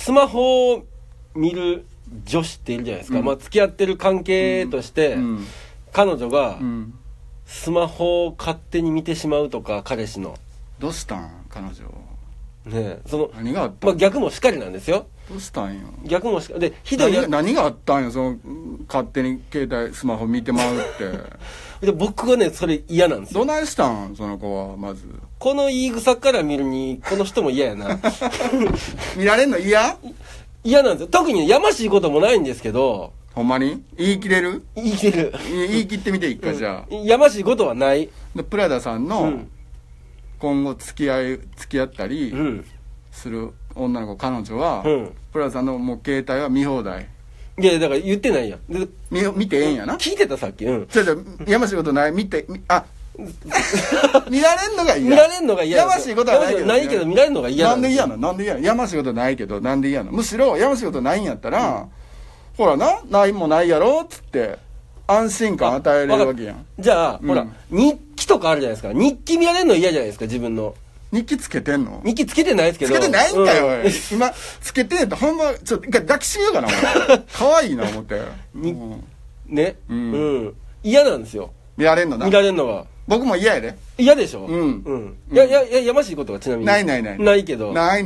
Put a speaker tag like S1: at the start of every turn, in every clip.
S1: スマホを見る女子っているじゃないですか、まあ付き合ってる関係として、彼女がスマホを勝手に見てしまうとか、彼氏の
S2: どうしたん彼女
S1: ね、その
S2: 何があったん、
S1: まあ、逆もしかりなんですよ。
S2: どうしたんよ。
S1: 逆もしかりで、ひどい
S2: 何があったんよ、その勝手に携帯スマホ見てまうって
S1: で僕はねそれ嫌なんですよ。
S2: どないしたんその子は。まず
S1: この言い草から見るにこの人も嫌やな
S2: 見られんの嫌
S1: なんですよ。特に、ね、やましいこともないんですけど。
S2: ほんまに言い切れる？
S1: 言い切れる。
S2: 言い切ってみていいか、じゃあ。
S1: やましいことはない。
S2: でプラダさんの、今後付き合ったりする女の子、彼女は、プラダさんのもう携帯は見放題。
S1: いやだから言ってないやん。
S2: 見てええんやな。
S1: 聞いてたさっき。
S2: やましいことない。見られんのが嫌。
S1: 見られんのが嫌。
S2: やましいことはないけど
S1: 見られんのが嫌
S2: なんで嫌なの。やましいことないけどなんで嫌なの。むしろやましいことないんやったら、ほらないもないやろっつって安心感与えれるわけやん。
S1: じゃあ、ほら日記とかあるじゃないですか。日記見られるの嫌じゃないですか、自分の。
S2: 日記つけてんの？
S1: 日記つけてないですけど。
S2: つけてないんかよ、おい。今つけてんとほんまちょっと一回抱きしめようかな。可愛いな思って。
S1: ね、嫌なんですよ。
S2: 見られんのな。
S1: 見られんのが。
S2: 僕も嫌やで。
S1: 嫌でしょ。やましいことはちなみにないけど。
S2: ない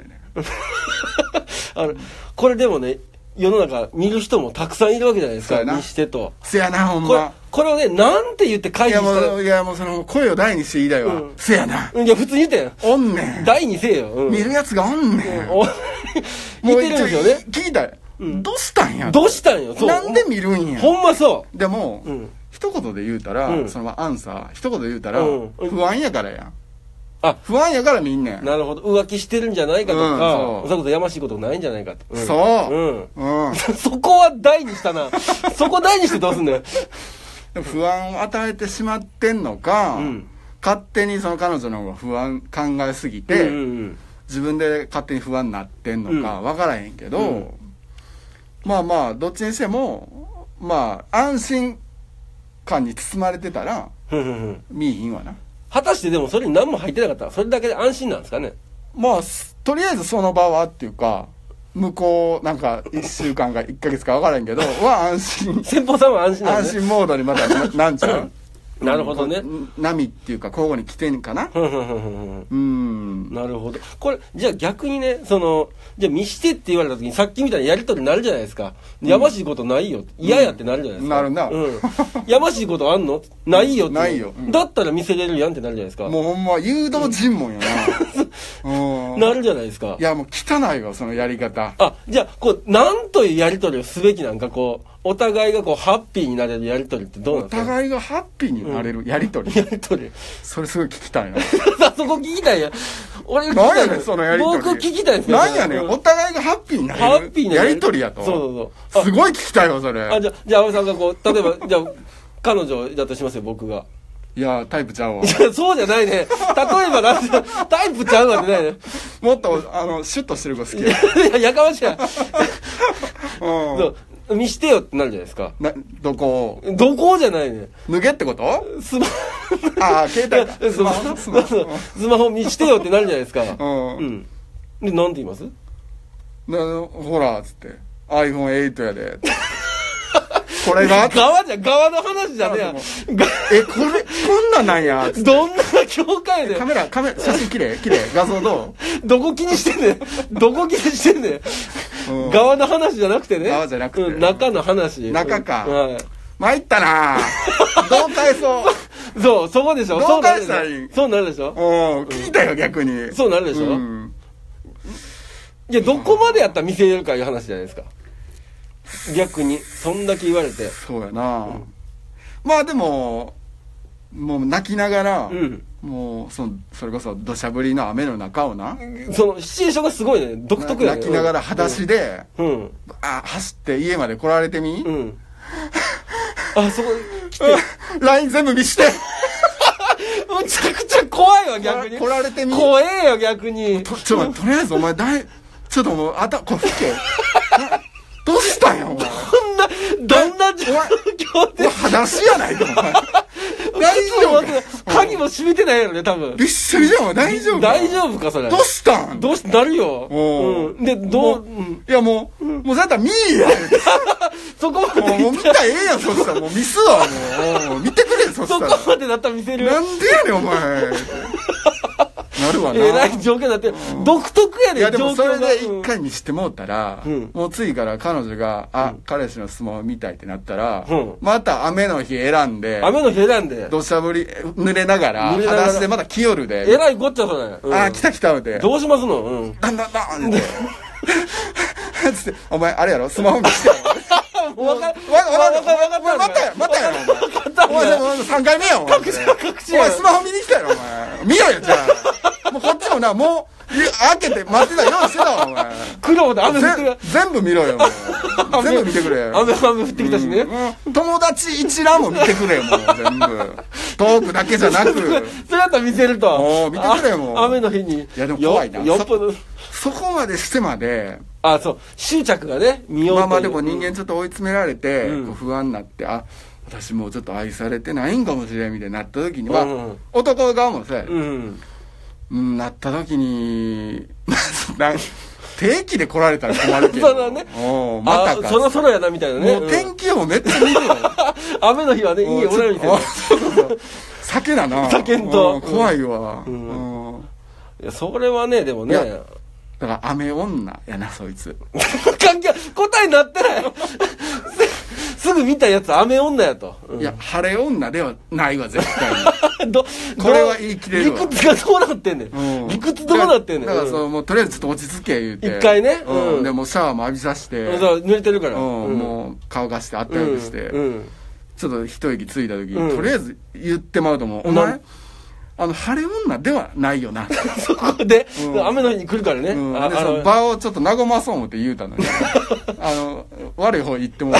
S1: これでもね、世の中見る人もたくさんいるわけじゃないですか。にしてと。
S2: せやな、ほんま。
S1: これをね、なんて言って回避したら。
S2: いやもうその声を大にしていいだよ。せやな。
S1: いや普通に言ってん。
S2: おんねん。
S1: 大にせえよ。
S2: 見るやつがおんねん。
S1: 言ってるんですよね。
S2: 聞いたよ。どうしたんや。
S1: どうしたんよ。
S2: なんで見るんや。
S1: ほんまそう。
S2: でも一言で言うたら、そのアンサー一言で言うたら不安やからやん。不安やから見んねん。
S1: なるほど。浮気してるんじゃないかとか、そういうことやましいことないんじゃないかと。そこは大にしたな。そこ大にしてどうすんねん。
S2: 不安を与えてしまってんのか、勝手にその彼女の方が不安考えすぎて、自分で勝手に不安になってんのか分からへんけど、まあどっちにしても安心感に包まれてたら見えひんわな。
S1: 果たしてでもそれに何も入ってなかったらそれだけで安心なんですかね。
S2: とりあえずその場はっていうか、向こうなんか1週間か1ヶ月か分からんけどは安心。
S1: 先方さんは安心なん
S2: ですね。安心モードにまたなんちゃう
S1: なるほどね。
S2: 波っていうか交互に来てんかな。
S1: なるほど。これじゃあ逆にね、じゃあ見してって言われた時にさっきみたいなやり取りになるじゃないですか。やましいことないよ、嫌やってなるじゃないですか。
S2: なるな。
S1: やましいことあんの？ないよって。
S2: ないよ。
S1: だったら見せれるやんってなるじゃないですか。
S2: もうほんま誘導尋問や
S1: な。なるじゃないですか。
S2: いやもう汚いわそのやり方。
S1: じゃあなんというやり取りをすべきなんか、お互いがハッピーになれるやり取りってどうなんですか？
S2: お互いがハッピーになれるやり取り。それすごい聞きたいな。
S1: そこ聞きたいや。俺
S2: 何やねんそのやり取り。
S1: 僕聞きたいですよ。
S2: 何やねん。お互いがハッピーになれるやり取りやと。
S1: そう
S2: すごい聞きたいわそれ。
S1: じゃあ安倍さんが例えばじゃあ彼女だとしますよ、僕が。
S2: いやタイプちゃうわ。
S1: そうじゃないね。例えばなんかタイプちゃうわってないね。
S2: もっとシュッとしてる子好き。
S1: やかましいや。見してよってなるじゃないですか。
S2: どこ
S1: じゃないね。
S2: 脱げってこと？
S1: スマ
S2: 携帯
S1: スマホ見してよってなるじゃないですか。でなんて言います？
S2: ほらつって iPhone8 やで。これが
S1: 側の話じゃねえや。
S2: こんなんなんや。
S1: どんな境界で。
S2: カメラ写真綺麗画像ど
S1: こ気にしてんねん。どこ気にしてんねん。側の話じゃなくてね。
S2: 側じゃなくて。
S1: 中の話。
S2: 中か。参ったな。どう返そう。
S1: そこでしょ。
S2: どう返したらいい？
S1: そうなるでしょ。
S2: 聞いたよ逆に。
S1: そうなるでしょ。いやどこまでやったら見せれるかいう話じゃないですか。逆にそんだけ言われて。
S2: そうやな。でもう泣きながら、もうそれこそ土砂降りの雨の中をな、
S1: そのシチュエーションがすごいね、独特やね。
S2: 泣きながら裸足で、走って家まで来られてみ。そこ来てLINE 全部見して。
S1: むちゃくちゃ怖いわ逆に。
S2: 来られてみ。
S1: 怖えよ逆に。
S2: ちょっととりあえずお前ちょっともうこれ吹け。どうしたんやお前。
S1: どんな状況で。
S2: 裸足やないかお前。大丈夫。
S1: 鍵鍵も閉めてないやろね、多分。
S2: びっしょびしょ。大丈夫か？
S1: 大丈夫か、それ。
S2: どうしたん？
S1: どうし、なるよ。で、どう、
S2: いやもうそうやったら見いや。
S1: そこまで。
S2: もう見たらええやん、そしたら。もう見すわ、もう。見てくれ、そしたら。
S1: そこまでだったら見せる。
S2: なんでやねん、お前。なるわな。
S1: えらい状況だって、独特やで、
S2: いやでもそれで
S1: 状況が
S2: 一回見してもうたら、もう次から彼女が、彼氏のスマホ見たいってなったら、また雨の日選んで、
S1: 雨の日選んで、
S2: 土砂降り、濡れながら、裸足でまた来よるで。
S1: えらいこっちゃそれ。
S2: 来た来たって。
S1: どうしますの？
S2: だんだんだんって。つって、お前、あれやろスマホ見してやろ
S1: わかった。
S2: またやろお前3回目やん。お前スマホ見に来たやろお前。見ろよじゃあ。もうこっちもな、もう開けて待ってた用意してたわお前。
S1: 苦労で雨降ってる。
S2: 全部見ろよもう。全部見てくれよ。
S1: 雨降ってきたしね。
S2: 友達一覧も見てくれよもう全部。トークだけじゃなく。
S1: それだったら見せると。
S2: 見てくれよもう。
S1: 雨の日に。い
S2: やでも怖いな。
S1: よっぽど。
S2: そこまでしてまで。
S1: そう。執着がね、見ようと。
S2: まあでも人間ちょっと追い詰められて、不安になって、私もうちょっと愛されてないんかもしれんみたいになった時には、男側もさ、なった時に、定期で来られたら困るけど。
S1: そうだね。
S2: またか。
S1: そろそろやなみたいなね。
S2: もう天気予報めっちゃ見るよ。
S1: 雨の日はね、いいよ、俺らみたいな。
S2: 酒だな。
S1: 酒んと。
S2: 怖いわ。
S1: いや、それはね、でもね。
S2: だから雨女やな、そいつ。
S1: 関係、答えになってない。すぐ見たやつ雨女やと。
S2: いや、晴れ女ではないわ、絶対に。これは言い切れるわ。
S1: 理屈がどうなってんねん。理屈どうなってんねん。
S2: だからそう、もうとりあえずちょっと落ち着け言うて。
S1: 一回ね。
S2: でもシャワーも浴びさせて。
S1: 濡れてるから。
S2: もう顔貸してあったかくして。ちょっと一息ついた時に、とりあえず言ってまうと思う。お前晴れ女ではないよな。
S1: そこで、雨の日に来るからね。
S2: 場をちょっと和まそう思って言うたのに。悪い方言ってもらった。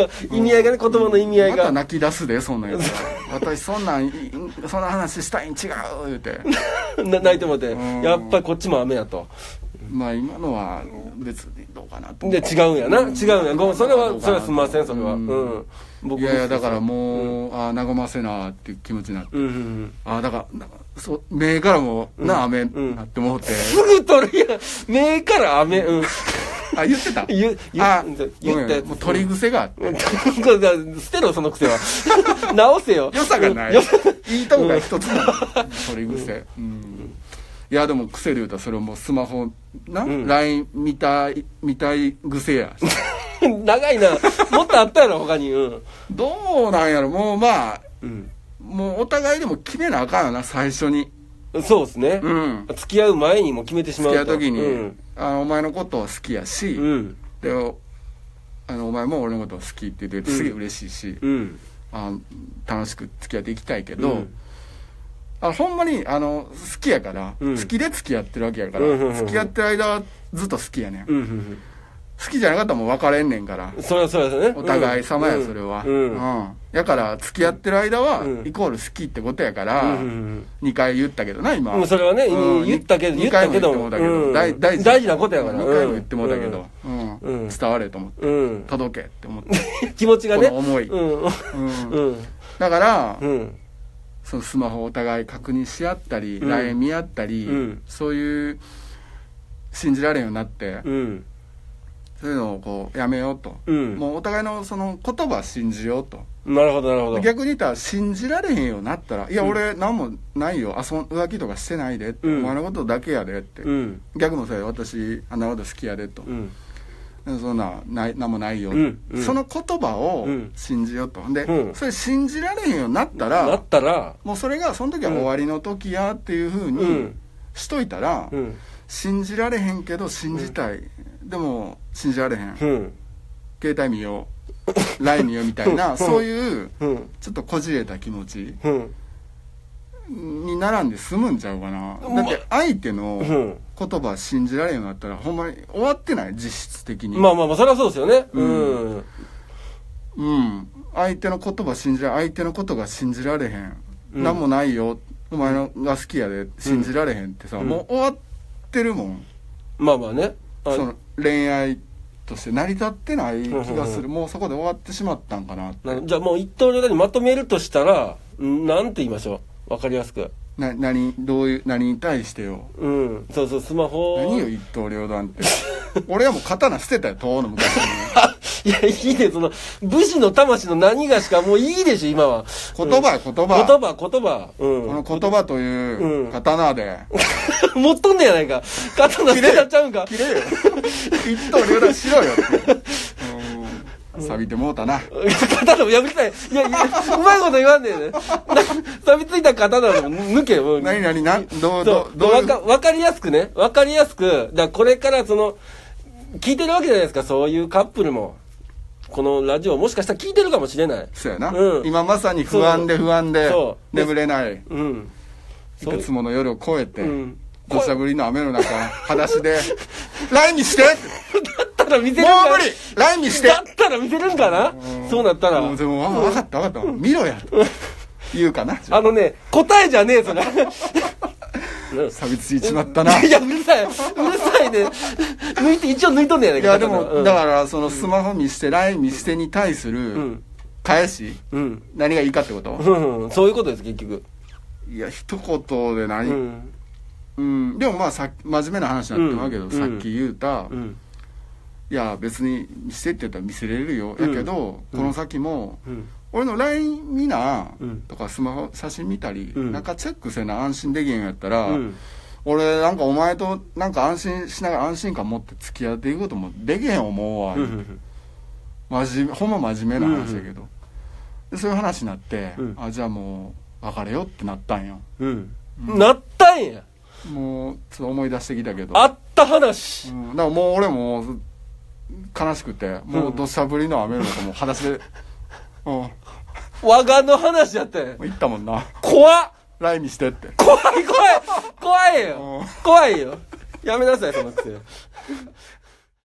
S1: 意味合いがね、言葉の意味合いが。
S2: また泣き出すで、そんなんやったら。私そんな話したいん違う、言うて。
S1: 泣いてもって、やっぱりこっちも雨やと。
S2: まあ今のは別にどうかなと。
S1: で、違うんやな。違うんや。それはすみません、それは。
S2: いやいやだからもう和ませなっていう気持ちになってだからそう目からも雨なって思って
S1: すぐ取るやん目から雨
S2: 言ってた
S1: 言って
S2: もう取り癖があって
S1: 捨てろその癖は直せよ
S2: 良さがないいいとこが一つなの取り癖いやでも癖で言うたらそれをもうスマホLINE 見たい癖や
S1: 長いなもっとあったやろ他に
S2: どうなんやろもうまあもうお互いでも決めなあかんよな最初に
S1: そうですね付き合う前にも決めてしまうと
S2: 付き合う時にお前のことは好きやしでお前も俺のことを好きって言ってすげえ嬉しいし楽しく付き合っていきたいけどほんまに好きやから好きで付き合ってるわけやから付き合ってる間はずっと好きやねん好きじゃなかったらもう別れんねんから
S1: そりゃそうですね
S2: お互い様やそれはやから付き合ってる間はイコール好きってことやから2回言ったけどな今
S1: それはね言ったけど
S2: 2回も言ってもうたけど大
S1: 事なことやから
S2: 2回も言ってもうたけど伝われと思って届けって思って
S1: 気持ちがね
S2: この思いだからそのスマホをお互い確認し合ったり LINE 見合ったりそういう信じられんようになってそういうのをこうやめようともうお互いのその言葉信じようと
S1: なるほどなるほど
S2: 逆に言ったら信じられへんようになったらいや俺何もないよ浮気とかしてないでってお前のことだけやでって逆もそうや私あんなこと好きやでとそんな何もないよその言葉を信じようとでそれ信じられへんようになったらもうそれがその時は終わりの時やっていうふうにしといたら信じられへんけど信じたいでも信じられへん携帯見よう LINE 見ようみたいなそういうちょっとこじれた気持ちに並んで済むんちゃうかなだって相手の言葉信じられんようになったらほんまに終わってない実質的に
S1: まあそれはそうですよね
S2: 相手の言葉信じられ相手のことが信じられへん何もないよお前のが好きやで信じられへんってさもう終わってるもん
S1: まあね
S2: その恋愛として成り立ってない気がするもうそこで終わってしまったんかなって
S1: じゃあもう一刀両断にまとめるとしたらなんて言いましょわかりやすく。
S2: どういう、何に対してよ。
S1: うん。そうそう、スマホ。
S2: 何よ、一刀両断って。俺はもう刀捨てたよ、東の昔に。
S1: いや、いいね、武士の魂の何がしかもういいでしょ、今は。
S2: 言葉や、言葉。
S1: 言葉。うん。
S2: この言葉という刀で。
S1: 持っとんねやないか。刀捨てちゃうんか。
S2: 切れよ。一刀両断しろよ。錆びてもうたな。
S1: 刀も破りたい。いや、うまいこと言わんねえね。錆びついた刀も抜けよ。
S2: 何ど
S1: うわかりやすくね。わかりやすく。だこれから聞いてるわけじゃないですか、そういうカップルも。このラジオもしかしたら聞いてるかもしれない。
S2: そうやな。今まさに不安で眠れない。いくつもの夜を越えて、土砂降りの雨の中、裸足で、ラインにしてだ
S1: ったら見せるんかな。
S2: もう無理ラインにして
S1: だったら見せるんかな。そうなったら。
S2: でも、分かった。見ろや。言うかな。
S1: 答えじゃねえ、それ。
S2: 錆びついちまったな。
S1: いや、うるさいね。一応抜いとんねやねん。
S2: いや、でも、だから、スマホ見して、LINE 見してに対する、返し、何がいいかってこと？
S1: そういうことです、結局。
S2: いや、一言で何？でもまあ、真面目な話になってるわけど、さっき言うた、いや、別に見せてって言ったら見せれるよ。やけど、この先も、俺の LINE 見なとかスマホ写真見たり、なんかチェックせな安心できへんやったら、俺なんかお前となんか安心しながら安心感持って付き合っていくこともできへん思うわ。ほんま真面目な話やけど。でそういう話になって、じゃあもう別れよってなったんよ。
S1: なったんや。
S2: もうちょっと思い出してきたけど。
S1: あった話。
S2: だからもう俺も悲しくて、もう土砂降りの雨の中もう裸足で。
S1: 我がの話やったんや。
S2: 言ったもんな。
S1: 怖っ。
S2: LINE にしてって。
S1: 怖いよ。怖いよ。やめなさい、その癖。